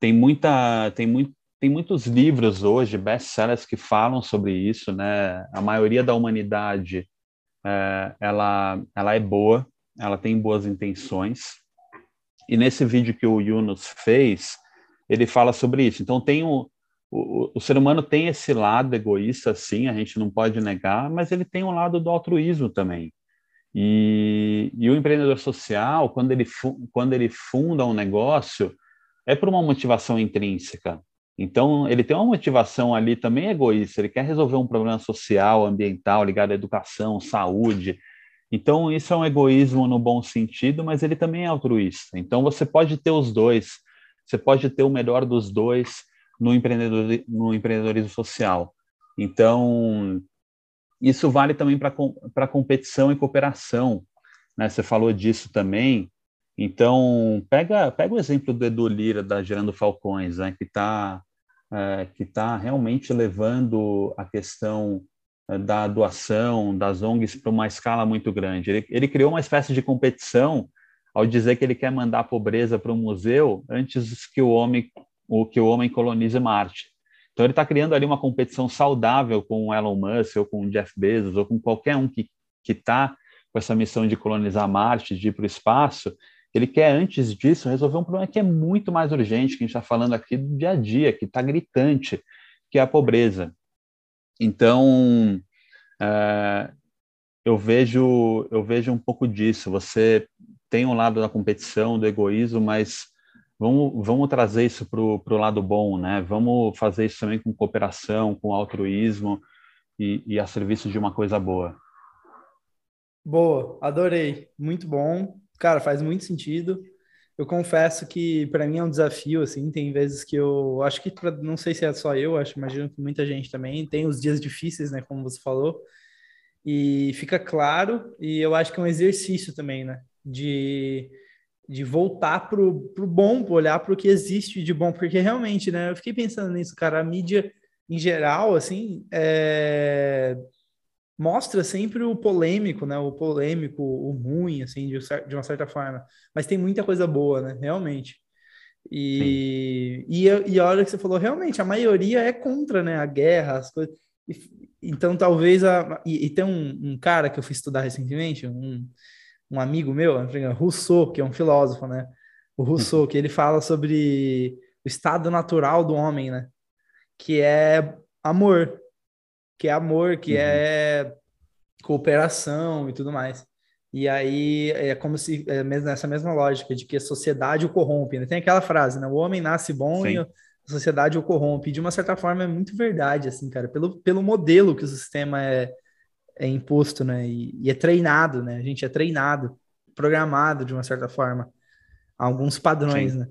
tem muitos livros hoje, best-sellers, que falam sobre isso, né? A maioria da humanidade, ela é boa, ela tem boas intenções. E nesse vídeo que o Yunus fez, ele fala sobre isso. Então, o ser humano tem esse lado egoísta, sim, a gente não pode negar, mas ele tem um lado do altruísmo também. E o empreendedor social, quando ele funda um negócio, é por uma motivação intrínseca. Então, ele tem uma motivação ali também egoísta, ele quer resolver um problema social, ambiental, ligado à educação, saúde. Então, isso é um egoísmo no bom sentido, mas ele também é altruísta. Então, você pode ter os dois, você pode ter o melhor dos dois no empreendedorismo social. Então, isso vale também para competição e cooperação, né? Você falou disso também. Então, pega o exemplo do Edu Lira, da Gerando Falcões, né? Que tá realmente levando a questão da doação, das ONGs para uma escala muito grande. Ele criou uma espécie de competição ao dizer que ele quer mandar a pobreza para um museu antes que o homem colonize Marte. Então ele está criando ali uma competição saudável com o Elon Musk, ou com o Jeff Bezos, ou com qualquer um que está com essa missão de colonizar Marte, de ir para o espaço. Ele quer, antes disso, resolver um problema que é muito mais urgente, que a gente está falando aqui do dia a dia, que está gritante, que é a pobreza. Então, eu vejo um pouco disso. Você tem um lado da competição, do egoísmo, mas vamos trazer isso para o lado bom, né? Vamos fazer isso também com cooperação, com altruísmo e a serviço de uma coisa boa. Boa, adorei, muito bom. Cara, faz muito sentido. Eu confesso que para mim é um desafio, assim, tem vezes que eu acho que, não sei se é só eu, imagino que muita gente também tem os dias difíceis, né, como você falou, e fica claro, e eu acho que é um exercício também, né, de voltar pro bom, olhar para o que existe de bom, porque realmente, né, eu fiquei pensando nisso, cara, a mídia em geral, assim, mostra sempre o polêmico, né? O polêmico, o ruim, assim, de uma certa forma. Mas tem muita coisa boa, né? Realmente. Sim, E a hora que você falou, realmente, a maioria é contra, né? A guerra, as coisas. Então, talvez... E tem um cara que eu fui estudar recentemente, um amigo meu, Rousseau, que é um filósofo, né? O Rousseau, que ele fala sobre o estado natural do homem, né? Que é amor. Que é amor, que uhum. é cooperação e tudo mais. E aí é como se nessa mesma lógica de que a sociedade o corrompe, né? Tem aquela frase, né? O homem nasce bom e a Sim, sociedade o corrompe. E de uma certa forma é muito verdade, assim, cara, pelo modelo que o sistema é imposto, né? E é treinado, né? A gente é treinado, programado de uma certa forma, a alguns padrões, sim. né?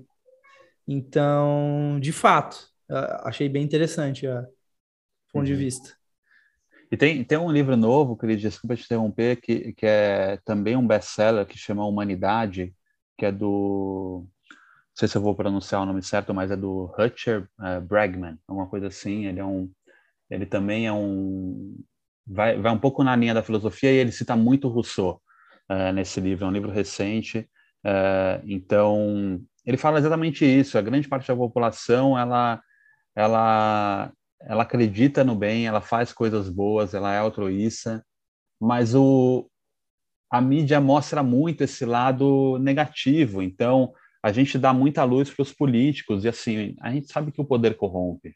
Então, de fato, achei bem interessante o ponto de Uhum. vista. E tem um livro novo, Cris, desculpa te interromper, que é também um best-seller, que chama Humanidade, que é do... Não sei se eu vou pronunciar o nome certo, mas é do Rutger Bregman, uma coisa assim. Ele também é vai um pouco na linha da filosofia e ele cita muito Rousseau nesse livro. É um livro recente. Então, ele fala exatamente isso. A grande parte da população, ela, ela acredita no bem, ela faz coisas boas, ela é altruísta, mas a mídia mostra muito esse lado negativo. Então, a gente dá muita luz para os políticos e assim, a gente sabe que o poder corrompe.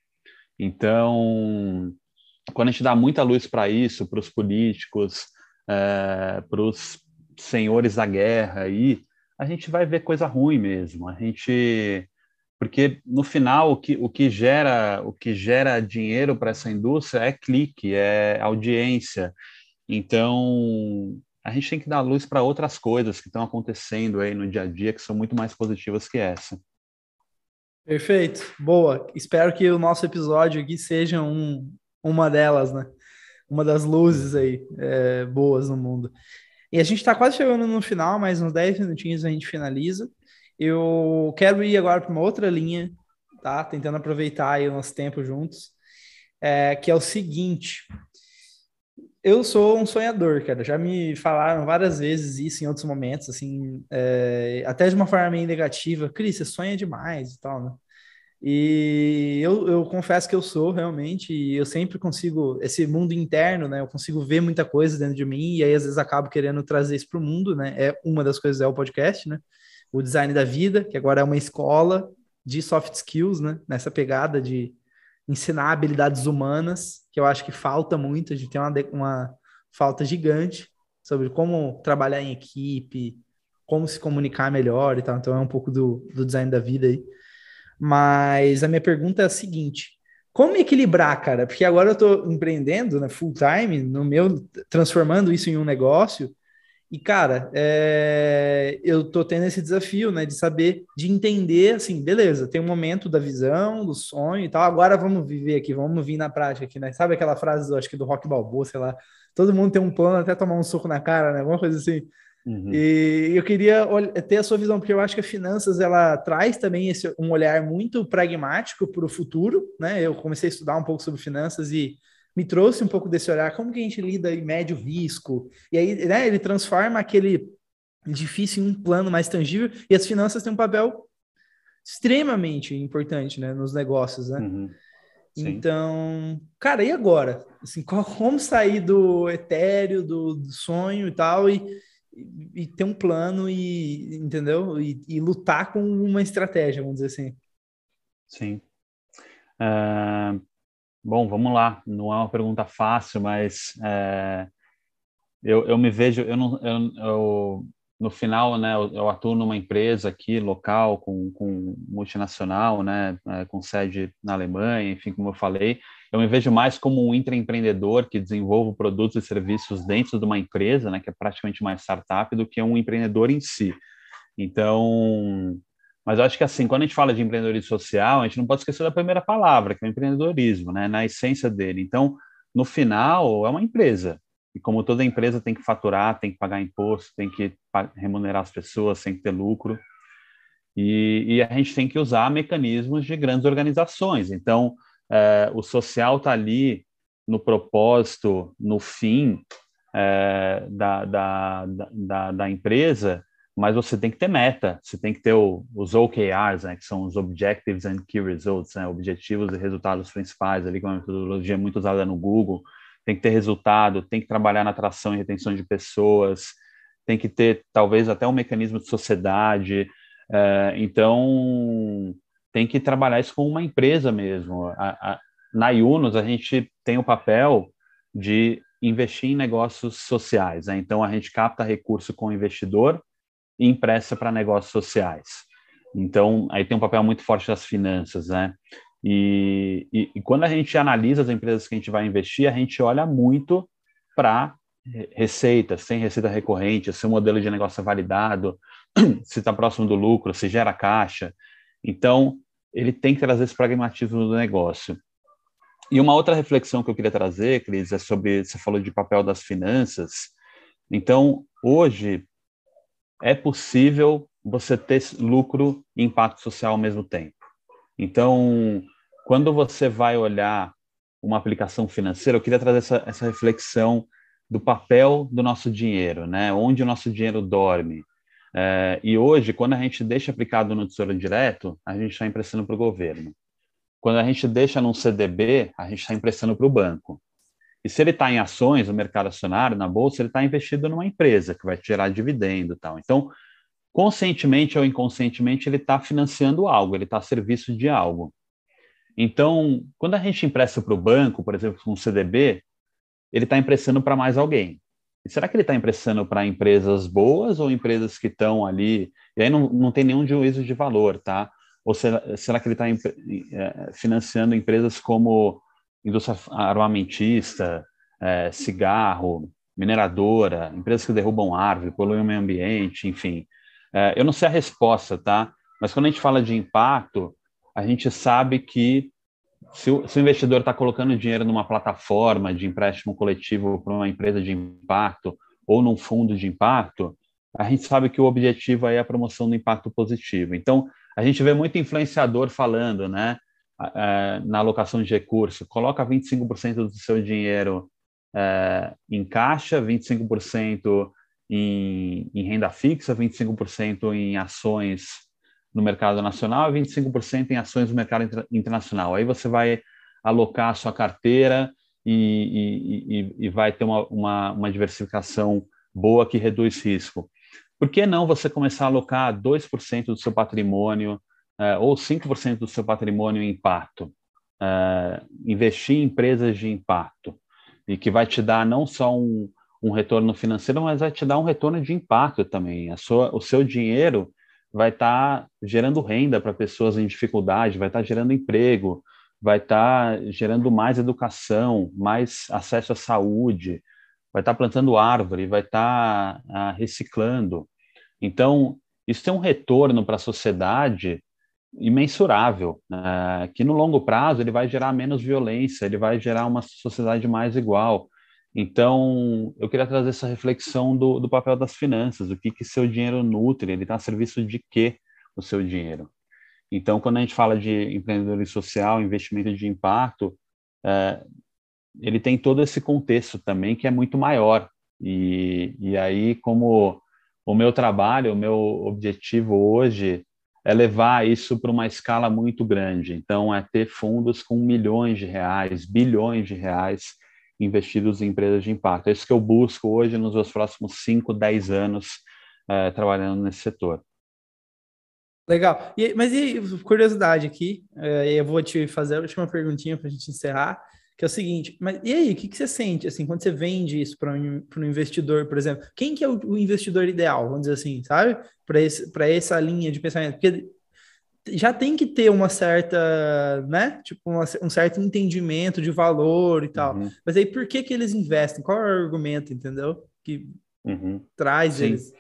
Então, quando a gente dá muita luz para isso, para os políticos, para os senhores da guerra, aí a gente vai ver coisa ruim mesmo. Porque no final o que gera dinheiro para essa indústria é clique, é audiência. Então a gente tem que dar luz para outras coisas que estão acontecendo aí no dia a dia que são muito mais positivas que essa. Perfeito, boa. Espero que o nosso episódio aqui seja uma delas, né? Uma das luzes Uhum. aí, boas no mundo. E a gente está quase chegando no final, mais uns 10 minutinhos a gente finaliza. Eu quero ir agora para uma outra linha, tá? Tentando aproveitar aí o nosso tempo juntos, que é o seguinte. Eu sou um sonhador, cara. Já me falaram várias vezes isso em outros momentos, assim, até de uma forma meio negativa. Cris, você sonha demais e tal, né? E eu confesso que eu sou realmente, e eu sempre consigo, esse mundo interno, né? Eu consigo ver muita coisa dentro de mim, e aí às vezes acabo querendo trazer isso para o mundo, né? Uma das coisas é o podcast, né? O Design da Vida, que agora é uma escola de soft skills, né? Nessa pegada de ensinar habilidades humanas, que eu acho que falta muito, a gente tem uma falta gigante sobre como trabalhar em equipe, como se comunicar melhor e tal. Então é um pouco do design da vida aí. Mas a minha pergunta é a seguinte: como equilibrar, cara? Porque agora eu estou empreendendo, né, full time, no meu, transformando isso em um negócio. E, cara, eu tô tendo esse desafio, né, de saber, de entender, assim, beleza, tem um momento da visão, do sonho e tal, agora vamos viver aqui, vamos vir na prática aqui, né? Sabe aquela frase, acho que do Rock Balboa, sei lá, todo mundo tem um plano até tomar um soco na cara, né? Alguma coisa assim. Uhum. E eu queria ter a sua visão, porque eu acho que a finanças ela traz também um olhar muito pragmático para o futuro, né? Eu comecei a estudar um pouco sobre finanças e me trouxe um pouco desse olhar, como que a gente lida em médio risco, e aí, né, ele transforma aquele difícil em um plano mais tangível, e as finanças têm um papel extremamente importante, né, nos negócios, né? Uhum. Sim. Então, cara, e agora? Assim, como sair do etéreo, do sonho e tal, e ter um plano e, entendeu? E lutar com uma estratégia, vamos dizer assim. Sim. É, bom, vamos lá. Não é uma pergunta fácil, mas eu me vejo, eu não, no final, né, eu atuo numa empresa aqui, local, com multinacional, né, com sede na Alemanha, enfim, como eu falei, eu me vejo mais como um intraempreendedor que desenvolve produtos e serviços dentro de uma empresa, né, que é praticamente uma startup, do que um empreendedor em si. Então, mas eu acho que assim, quando a gente fala de empreendedorismo social, a gente não pode esquecer da primeira palavra, que é o empreendedorismo, né, na essência dele. Então, no final, é uma empresa. E como toda empresa tem que faturar, tem que pagar imposto, tem que remunerar as pessoas, tem que ter lucro. E a gente tem que usar mecanismos de grandes organizações. Então, o social está ali no propósito, no fim da empresa, mas você tem que ter meta, você tem que ter os OKRs, né, que são os Objectives and Key Results, né, objetivos e resultados principais, ali com uma metodologia muito usada no Google. Tem que ter resultado, tem que trabalhar na atração e retenção de pessoas, tem que ter talvez até um mecanismo de sociedade. Então, tem que trabalhar isso com uma empresa mesmo. Na Yunus, a gente tem o papel de investir em negócios sociais, né? Então, a gente capta recurso com o investidor e empresta para negócios sociais. Então, aí tem um papel muito forte das finanças, né? E quando a gente analisa as empresas que a gente vai investir, a gente olha muito para receitas, tem receita recorrente, se o modelo de negócio é validado, se está próximo do lucro, se gera caixa. Então, ele tem que trazer esse pragmatismo do negócio. E uma outra reflexão que eu queria trazer, Cris, é sobre, você falou de papel das finanças. Então, hoje, é possível você ter lucro e impacto social ao mesmo tempo. Então, quando você vai olhar uma aplicação financeira, eu queria trazer essa reflexão do papel do nosso dinheiro, né? Onde o nosso dinheiro dorme. E hoje, quando a gente deixa aplicado no Tesouro Direto, a gente está emprestando para o governo. Quando a gente deixa num CDB, a gente está emprestando para o banco. E se ele está em ações, no mercado acionário, na bolsa, ele está investido numa empresa que vai gerar dividendo e tal. Então, conscientemente ou inconscientemente, ele está financiando algo, ele está a serviço de algo. Então, quando a gente empresta para o banco, por exemplo, com um CDB, ele está emprestando para mais alguém. E será que ele está emprestando para empresas boas ou empresas que estão ali? E aí não tem nenhum juízo de valor, tá? Ou será que ele está financiando empresas como indústria armamentista, cigarro, mineradora, empresas que derrubam árvore, poluem o meio ambiente, enfim. Eu não sei a resposta, tá? Mas quando a gente fala de impacto, a gente sabe que se o investidor está colocando dinheiro numa plataforma de empréstimo coletivo para uma empresa de impacto ou num fundo de impacto, a gente sabe que o objetivo aí é a promoção do impacto positivo. Então, a gente vê muito influenciador falando, né, na alocação de recursos, coloca 25% do seu dinheiro em caixa, 25% em renda fixa, 25% em ações no mercado nacional e 25% em ações no mercado internacional. Aí você vai alocar a sua carteira e vai ter uma diversificação boa que reduz risco. Por que não você começar a alocar 2% do seu patrimônio ou 5% do seu patrimônio em impacto? Investir em empresas de impacto e que vai te dar não só um retorno financeiro, mas vai te dar um retorno de impacto também. O seu dinheiro vai estar gerando renda para pessoas em dificuldade, vai estar gerando emprego, vai estar gerando mais educação, mais acesso à saúde, vai estar plantando árvore, vai estar reciclando. Então, isso tem um retorno para a sociedade imensurável, que no longo prazo ele vai gerar menos violência, ele vai gerar uma sociedade mais igual. Então, eu queria trazer essa reflexão do papel das finanças, o que seu dinheiro nutre, ele está a serviço de quê o seu dinheiro. Então, quando a gente fala de empreendedorismo social, investimento de impacto, ele tem todo esse contexto também que é muito maior. E aí, como o meu trabalho, o meu objetivo hoje é levar isso para uma escala muito grande. Então, é ter fundos com milhões de reais, bilhões de reais investidos em empresas de impacto. É isso que eu busco hoje nos meus próximos 5, 10 anos trabalhando nesse setor. Legal. Mas curiosidade aqui, eu vou te fazer a última perguntinha para a gente encerrar, que é o seguinte, mas e aí, o que você sente, assim, quando você vende isso para um investidor, por exemplo? Quem que é o investidor ideal, vamos dizer assim, sabe? Para essa linha de pensamento? Porque já tem que ter uma certa, né? Tipo, um certo entendimento de valor e tal. Uhum. Mas aí, por que eles investem? Qual é o argumento, entendeu? Que traz Sim. eles...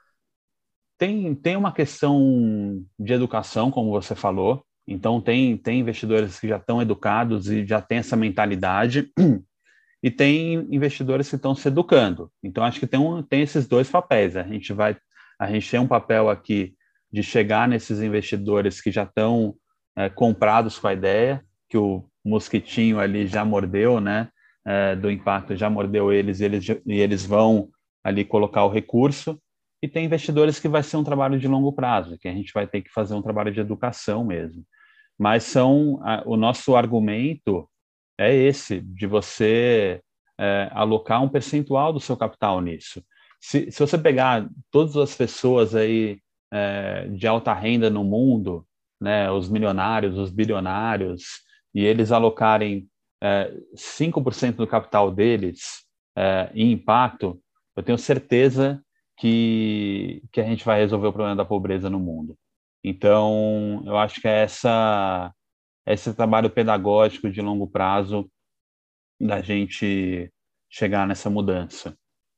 Tem uma questão de educação, como você falou. Então, tem investidores que já estão educados e já têm essa mentalidade, e tem investidores que estão se educando. Então, acho que tem esses dois papéis. A gente tem um papel aqui de chegar nesses investidores que já estão comprados com a ideia, que o mosquitinho ali já mordeu, né, do impacto, já mordeu eles, e eles vão ali colocar o recurso. E tem investidores que vai ser um trabalho de longo prazo, que a gente vai ter que fazer um trabalho de educação mesmo. Mas o nosso argumento é esse, de você alocar um percentual do seu capital nisso. Se você pegar todas as pessoas aí de alta renda no mundo, né, os milionários, os bilionários, e eles alocarem 5% do capital deles em impacto, eu tenho certeza que a gente vai resolver o problema da pobreza no mundo. Então, eu acho que é esse trabalho pedagógico de longo prazo da gente chegar nessa mudança.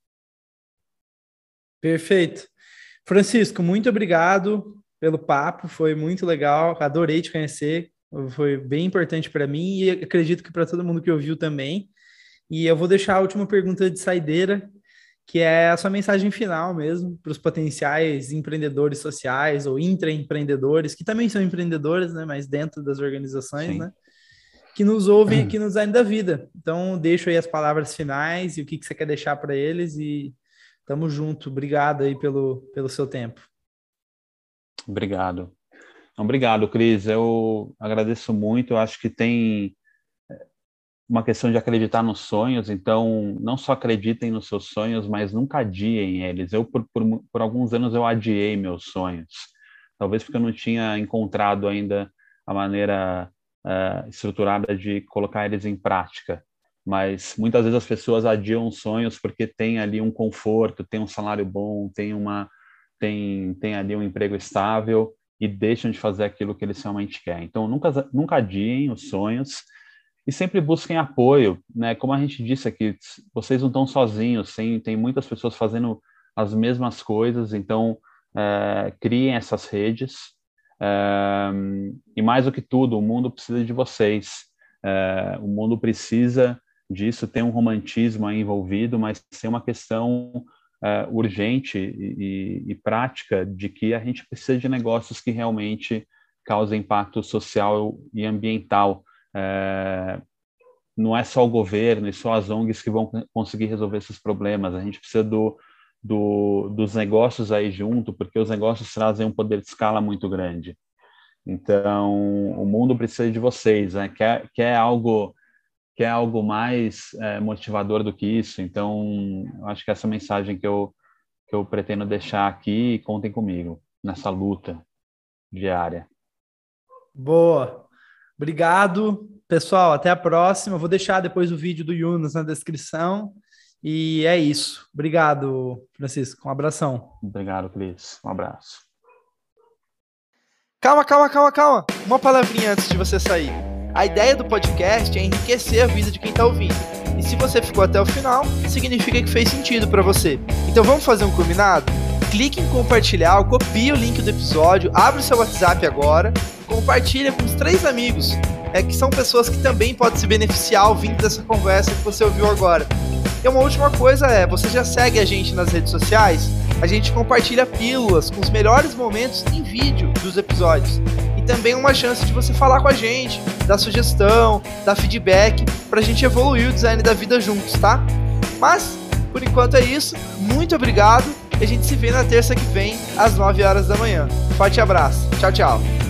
Perfeito. Francisco, muito obrigado pelo papo, foi muito legal, adorei te conhecer, foi bem importante para mim e acredito que para todo mundo que ouviu também. E eu vou deixar a última pergunta de saideira, que é a sua mensagem final mesmo para os potenciais empreendedores sociais ou intraempreendedores, que também são empreendedores, né, mas dentro das organizações, Sim. né, que nos ouvem aqui no Design da Vida. Então, deixo aí as palavras finais e o que você quer deixar para eles e tamo junto. Obrigado aí pelo seu tempo. Obrigado. Obrigado, Cris. Eu agradeço muito. Eu acho que tem uma questão de acreditar nos sonhos, então não só acreditem nos seus sonhos, mas nunca adiem eles. Por alguns anos, eu adiei meus sonhos, talvez porque eu não tinha encontrado ainda a maneira estruturada de colocar eles em prática, mas muitas vezes as pessoas adiam sonhos porque tem ali um conforto, tem um salário bom, tem ali um emprego estável e deixam de fazer aquilo que eles realmente querem. Então, nunca adiem os sonhos, e sempre busquem apoio, né? Como a gente disse aqui, vocês não estão sozinhos, tem muitas pessoas fazendo as mesmas coisas, então criem essas redes. E mais do que tudo, o mundo precisa de vocês. O mundo precisa disso, tem um romantismo aí envolvido, mas tem uma questão urgente e prática de que a gente precisa de negócios que realmente causem impacto social e ambiental. Não é só o governo e só as ONGs que vão conseguir resolver esses problemas. A gente precisa dos negócios aí junto, porque os negócios trazem um poder de escala muito grande. Então, o mundo precisa de vocês, né? Quer algo mais motivador do que isso. Então, eu acho que essa mensagem que eu pretendo deixar aqui, contem comigo nessa luta diária. Boa. Obrigado, pessoal. Até a próxima. Eu vou deixar depois o vídeo do Yunus na descrição. E é isso. Obrigado, Francisco. Um abração. Obrigado, Cris. Um abraço. Calma. Uma palavrinha antes de você sair. A ideia do podcast é enriquecer a vida de quem está ouvindo. E se você ficou até o final, significa que fez sentido para você. Então vamos fazer um combinado? Clique em compartilhar, copie o link do episódio, abre o seu WhatsApp agora, compartilha com os 3 amigos, que são pessoas que também podem se beneficiar ouvindo dessa conversa que você ouviu agora. E uma última coisa você já segue a gente nas redes sociais? A gente compartilha pílulas com os melhores momentos em vídeo dos episódios. também uma chance de você falar com a gente, dar sugestão, dar feedback, pra gente evoluir o design da vida juntos, tá? Mas, por enquanto é isso. Muito obrigado. E a gente se vê na terça que vem, às 9 horas da manhã. Forte abraço. Tchau, tchau.